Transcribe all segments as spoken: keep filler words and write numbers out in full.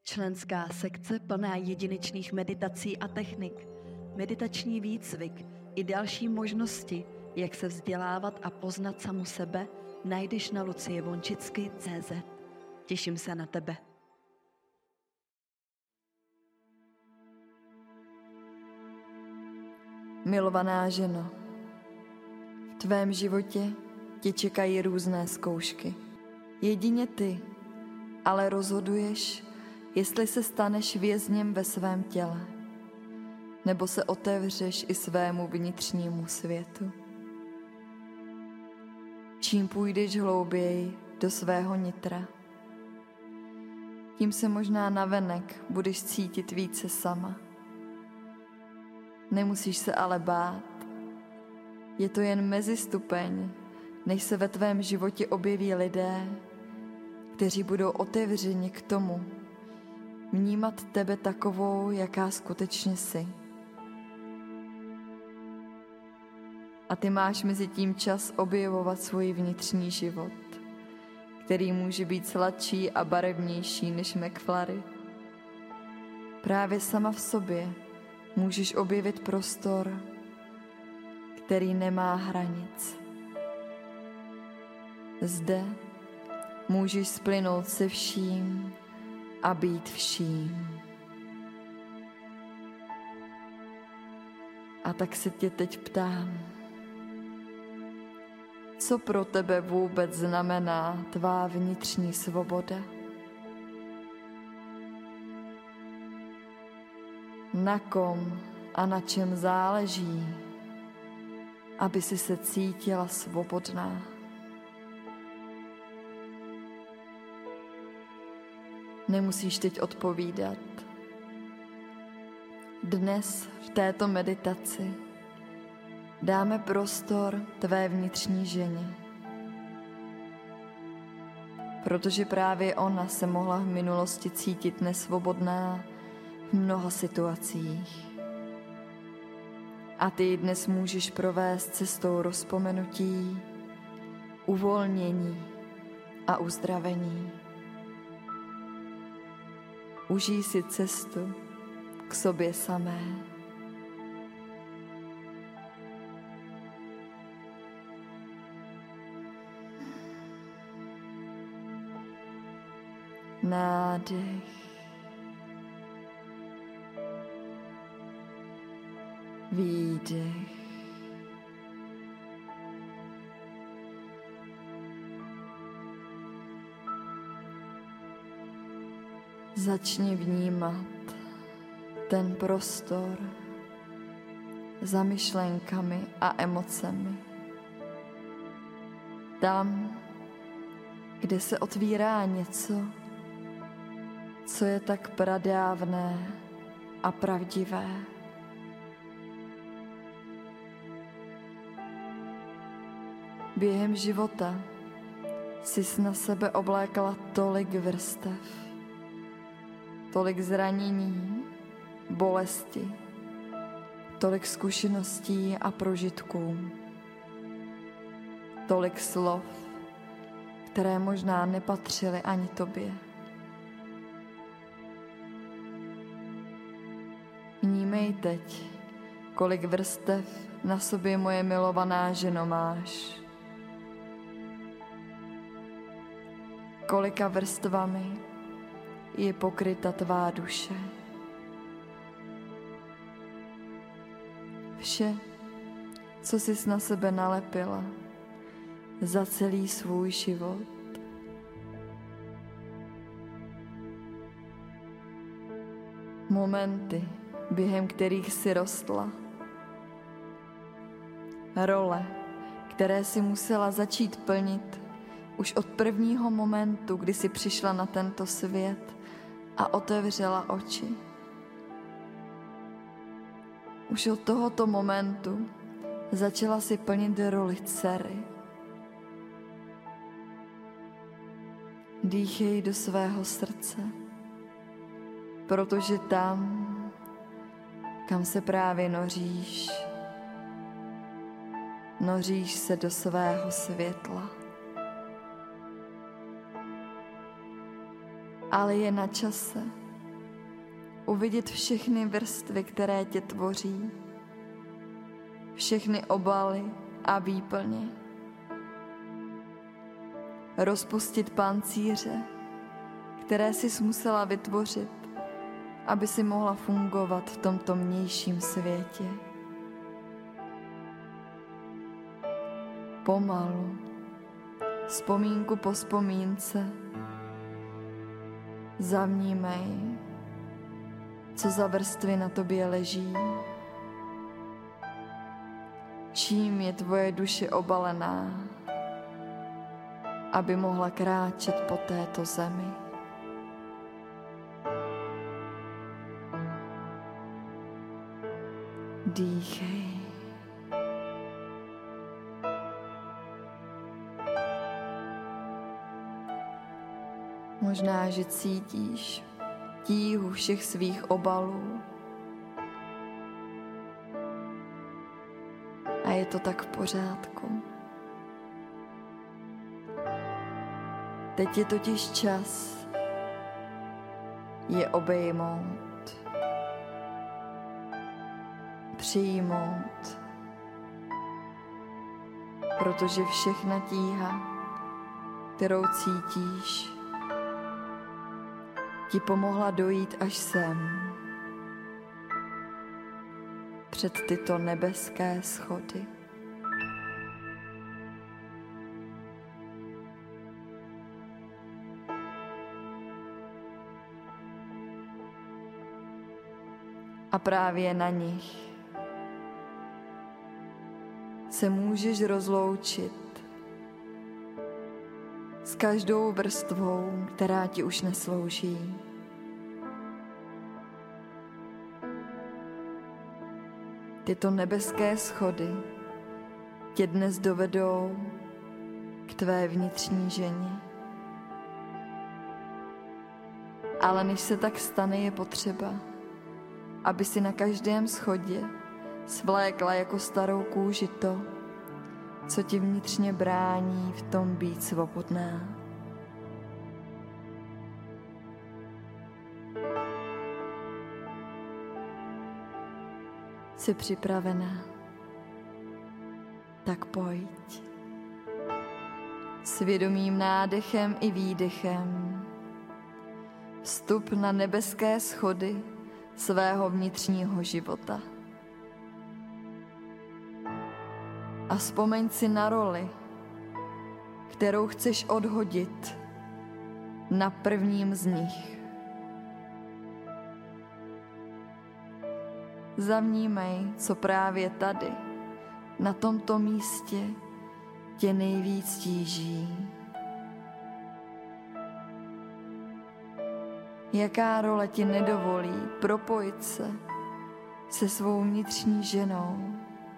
Členská sekce plná jedinečných meditací a technik, meditační výcvik i další možnosti, jak se vzdělávat a poznat samu sebe, najdeš na lucievončicky tečka cé zet. Těším se na tebe. Milovaná ženo, v tvém životě tě čekají různé zkoušky. Jedině ty ale rozhoduješ, jestli se staneš vězněm ve svém těle, nebo se otevřeš i svému vnitřnímu světu. Čím půjdeš hlouběji do svého nitra, tím se možná navenek budeš cítit více sama. Nemusíš se ale bát. Je to jen mezistupeň, než se ve tvém životě objeví lidé, kteří budou otevřeni k tomu, vnímat tebe takovou, jaká skutečně jsi. A ty máš mezi tím čas objevovat svůj vnitřní život, který může být sladší a barevnější než McFlurry. Právě sama v sobě můžeš objevit prostor, který nemá hranic. Zde můžeš splynout se vším a být vším. A tak se tě teď ptám, co pro tebe vůbec znamená tvá vnitřní svoboda? Na kom a na čem záleží, aby si se cítila svobodná? Nemusíš teď odpovídat. Dnes v této meditaci dáme prostor tvé vnitřní ženě, protože právě ona se mohla v minulosti cítit nesvobodná v mnoha situacích. A ty ji dnes můžeš provést cestou rozpomenutí, uvolnění a uzdravení. Užij si cestu k sobě samé. Nádech. Výdech. Začni vnímat ten prostor za myšlenkami a emocemi. Tam, kde se otvírá něco, co je tak pradávné a pravdivé. Během života jsi na sebe oblékala tolik vrstev, tolik zranění, bolesti, tolik zkušeností a prožitků, tolik slov, které možná nepatřily ani tobě. Vnímej teď, kolik vrstev na sobě, moje milovaná ženo, máš. Kolika vrstvami je pokryta tvá duše. Vše, co jsi na sebe nalepila za celý svůj život. Momenty, během kterých jsi rostla. Role, které jsi musela začít plnit už od prvního momentu, kdy jsi přišla na tento svět a otevřela oči. Už od tohoto momentu začala si plnit roli dcery. Dýchej do svého srdce, protože tam, kam se právě noříš, noříš se do svého světla. Ale je na čase, uvidět všechny vrstvy, které tě tvoří, všechny obaly a výplně. Rozpustit pancíře, které jsi musela vytvořit, aby si mohla fungovat v tomto vnějším světě. Pomalu, vzpomínku po vzpomínce, zavnímej, co za vrstvy na tobě leží, čím je tvoje duše obalená, aby mohla kráčet po této zemi. Dýchej. Možná, že cítíš tíhu všech svých obalů. A je to tak v pořádku. Teď je totiž čas je obejmout, přijmout, protože všechna tíha, kterou cítíš, ti pomohla dojít až sem, před tyto nebeské schody. A právě na nich se můžeš rozloučit s každou vrstvou, která ti už neslouží. Tyto nebeské schody tě dnes dovedou k tvé vnitřní ženě. Ale než se tak stane, je potřeba, aby si na každém schodě svlékla jako starou kůži to, co ti vnitřně brání v tom být svobodná. Jsi připravená? Tak pojď. Svědomým nádechem i výdechem vstup na nebeské schody svého vnitřního života. A vzpomeň si na roli, kterou chceš odhodit na prvním z nich. Zavnímej, co právě tady, na tomto místě, tě nejvíc tíží. Jaká role ti nedovolí propojit se se svou vnitřní ženou?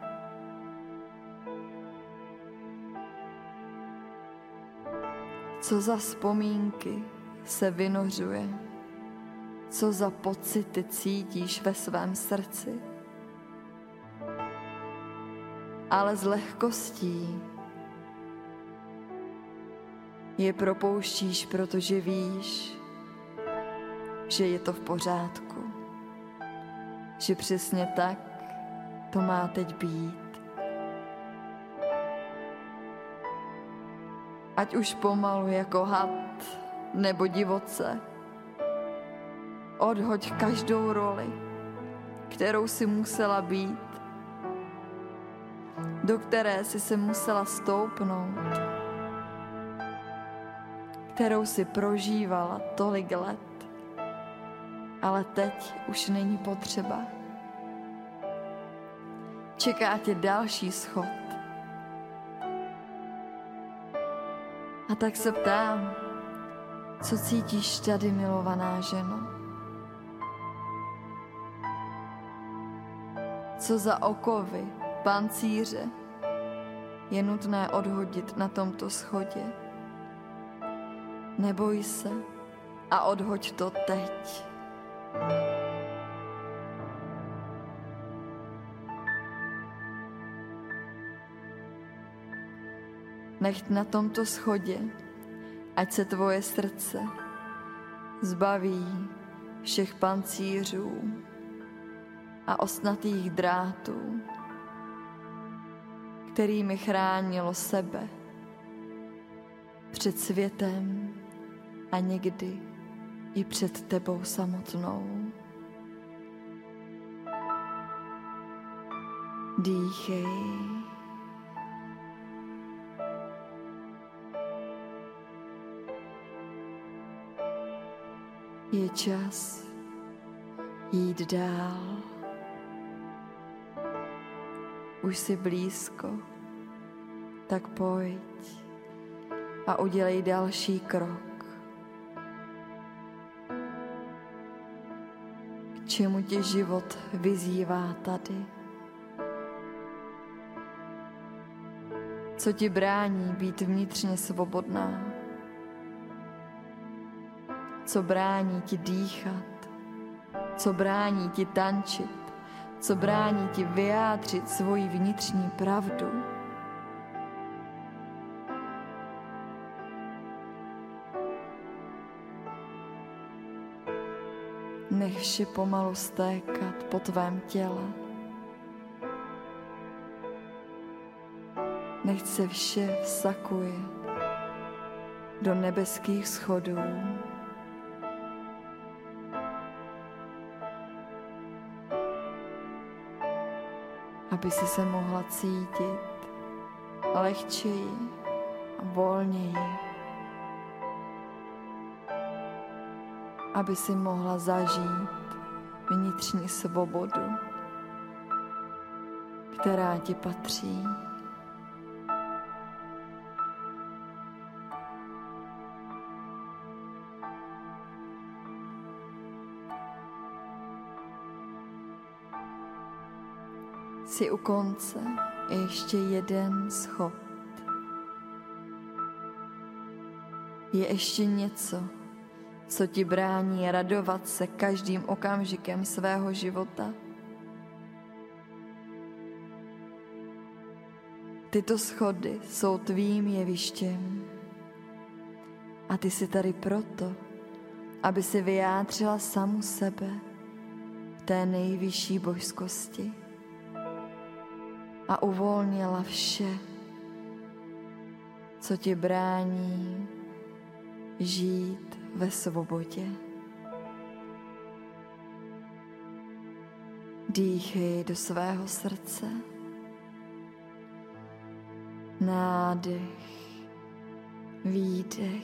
Co za vzpomínky se vynořuje? Co za pocity cítíš ve svém srdci? Ale s lehkostí je propouštíš, protože víš, že je to v pořádku, že přesně tak to má teď být. Ať už pomalu jako had nebo divoce, odhoď každou roli, kterou si musela být, do které si se musela stoupnout, kterou si prožívala tolik let, ale teď už není potřeba. Čeká tě další schod. A tak se ptám, co cítíš tady, milovaná ženo? Co za okovy, pancíře je nutné odhodit na tomto schodě? Neboj se a odhoď to teď. Nechť na tomto schodě, ať se tvoje srdce zbaví všech pancířů a ostnatých drátů, kterými chránilo sebe před světem a někdy i před tebou samotnou. Dýchej. Je čas jít dál. Už jsi blízko, tak pojď a udělej další krok. K čemu tě život vyzývá tady? Co ti brání být vnitřně svobodná? Co brání ti dýchat? Co brání ti tančit? Co brání ti vyjádřit svoji vnitřní pravdu? Nech vše pomalu stékat po tvém těle. Nech se vše vsakuje do nebeských schodů. Aby si se mohla cítit lehčeji a volněji. Aby si mohla zažít vnitřní svobodu, která ti patří. Jsi u konce, ještě jeden schod. Je ještě něco, co ti brání radovat se každým okamžikem svého života. Tyto schody jsou tvým jevištěm a ty jsi tady proto, aby si vyjádřila samu sebe v té nejvyšší božskosti a uvolnila vše, co ti brání žít ve svobodě. Dýchej do svého srdce. Nádech, výdech.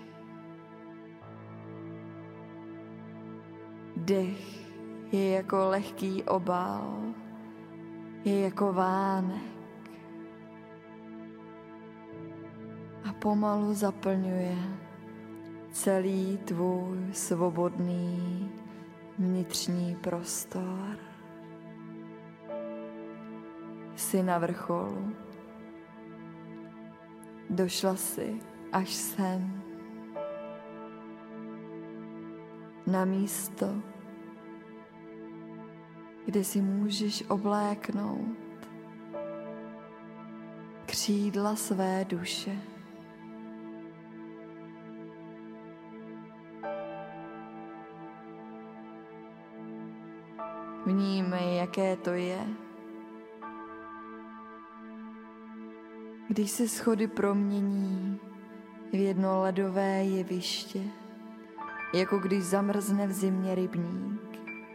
Dech je jako lehký obal, je jako vánek a pomalu zaplňuje celý tvůj svobodný vnitřní prostor. Jsi na vrcholu. Došla jsi až sem. Na místo, kde si můžeš obléknout křídla své duše. Vnímej, jaké to je, když se schody promění v jedno ledové jeviště, jako když zamrzne v zimě rybník.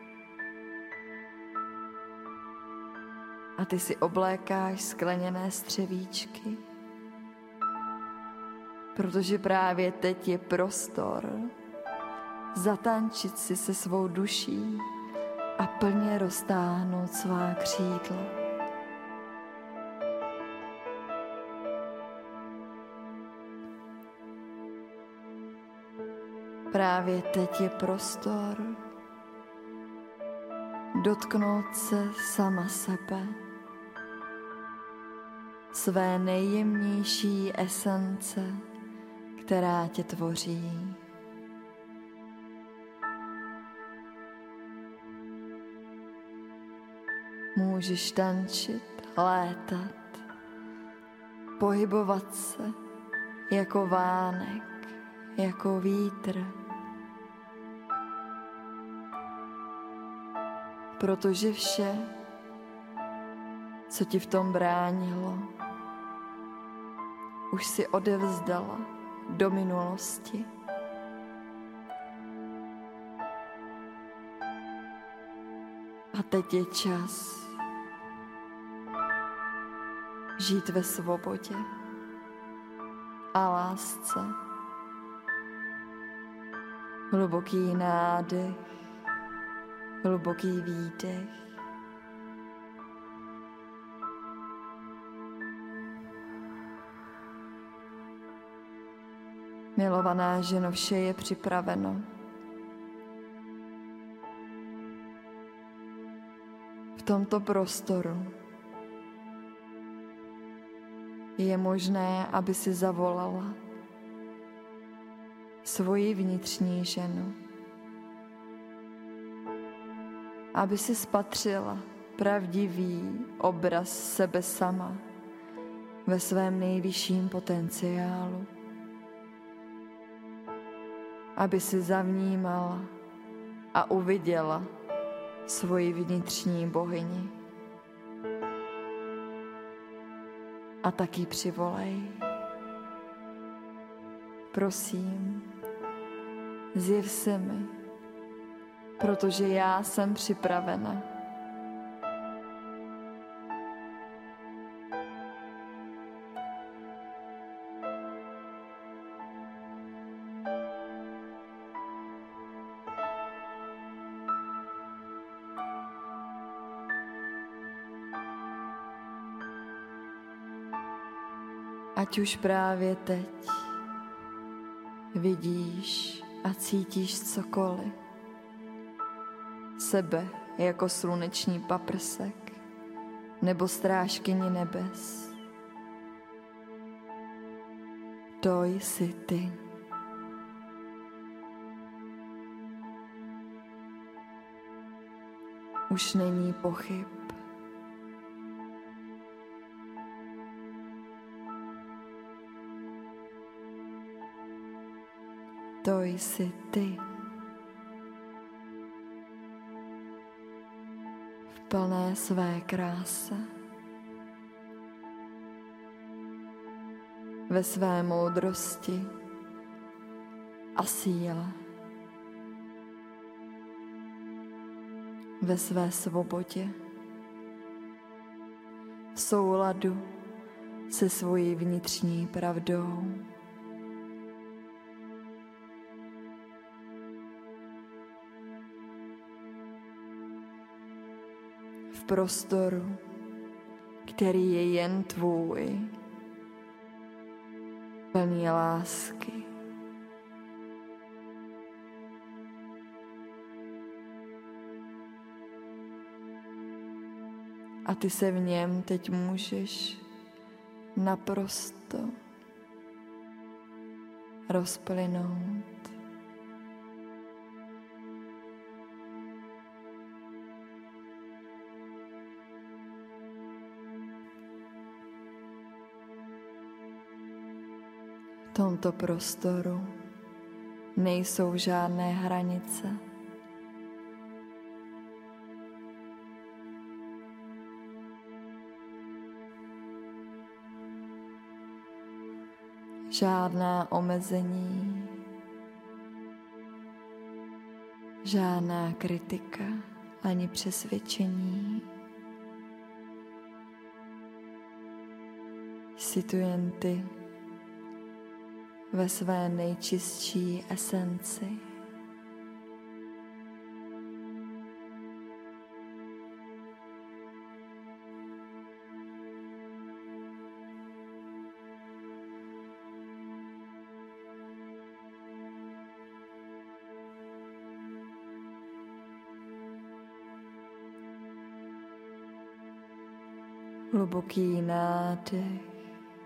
A ty si oblékáš skleněné střevíčky, protože právě teď je prostor zatančit si se svou duší a plně roztáhnout svá křídla. Právě teď je prostor dotknout se sama sebe, své nejjemnější esence, která tě tvoří. Můžeš tančit, létat, pohybovat se jako vánek, jako vítr. protože vše, co ti v tom bránilo, už si odevzdala do minulosti. A teď je čas žít ve svobodě a lásce. Hluboký nádech, hluboký výdech. Milovaná ženo, vše je připraveno. V tomto prostoru je možné, aby si zavolala svoji vnitřní ženu, aby si spatřila pravdivý obraz sebe sama ve svém nejvyšším potenciálu, aby si zavnímala a uviděla svoji vnitřní bohyni. A tak ji přivolej. Prosím, zjev se mi, protože já jsem připravena. Ať už právě teď vidíš a cítíš cokoliv, sebe jako sluneční paprsek nebo strážkyni nebes, to jsi ty. Už není pochyb. To jsi ty. V plné své kráse. Ve své moudrosti a síle. Ve své svobodě. V souladu se svojí vnitřní pravdou. V prostoru, který je jen tvůj, plný lásky. A ty se v něm teď můžeš naprosto rozplynout. V tomto prostoru nejsou žádné hranice. Žádná omezení, žádná kritika ani přesvědčení. Jsi tu jen ty ve své nejčistší esenci. Hluboký nádech.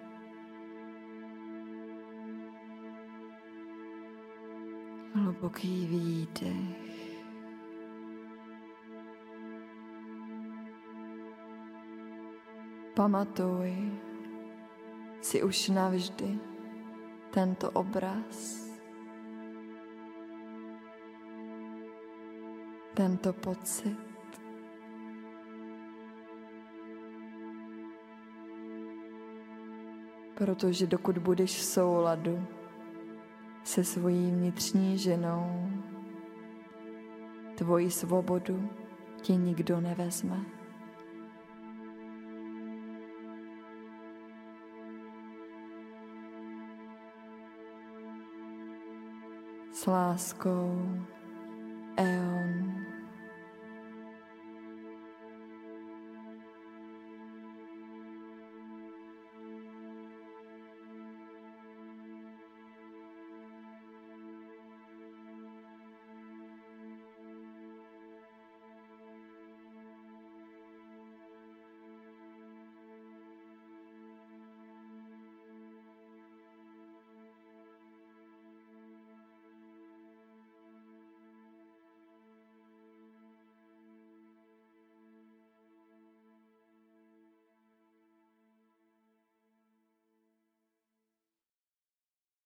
Hluboký výdech. Pamatuj si už navždy tento obraz, tento pocit, Protože dokud budeš v souladu se svojí vnitřní ženou, tvoji svobodu ti nikdo nevezme. S láskou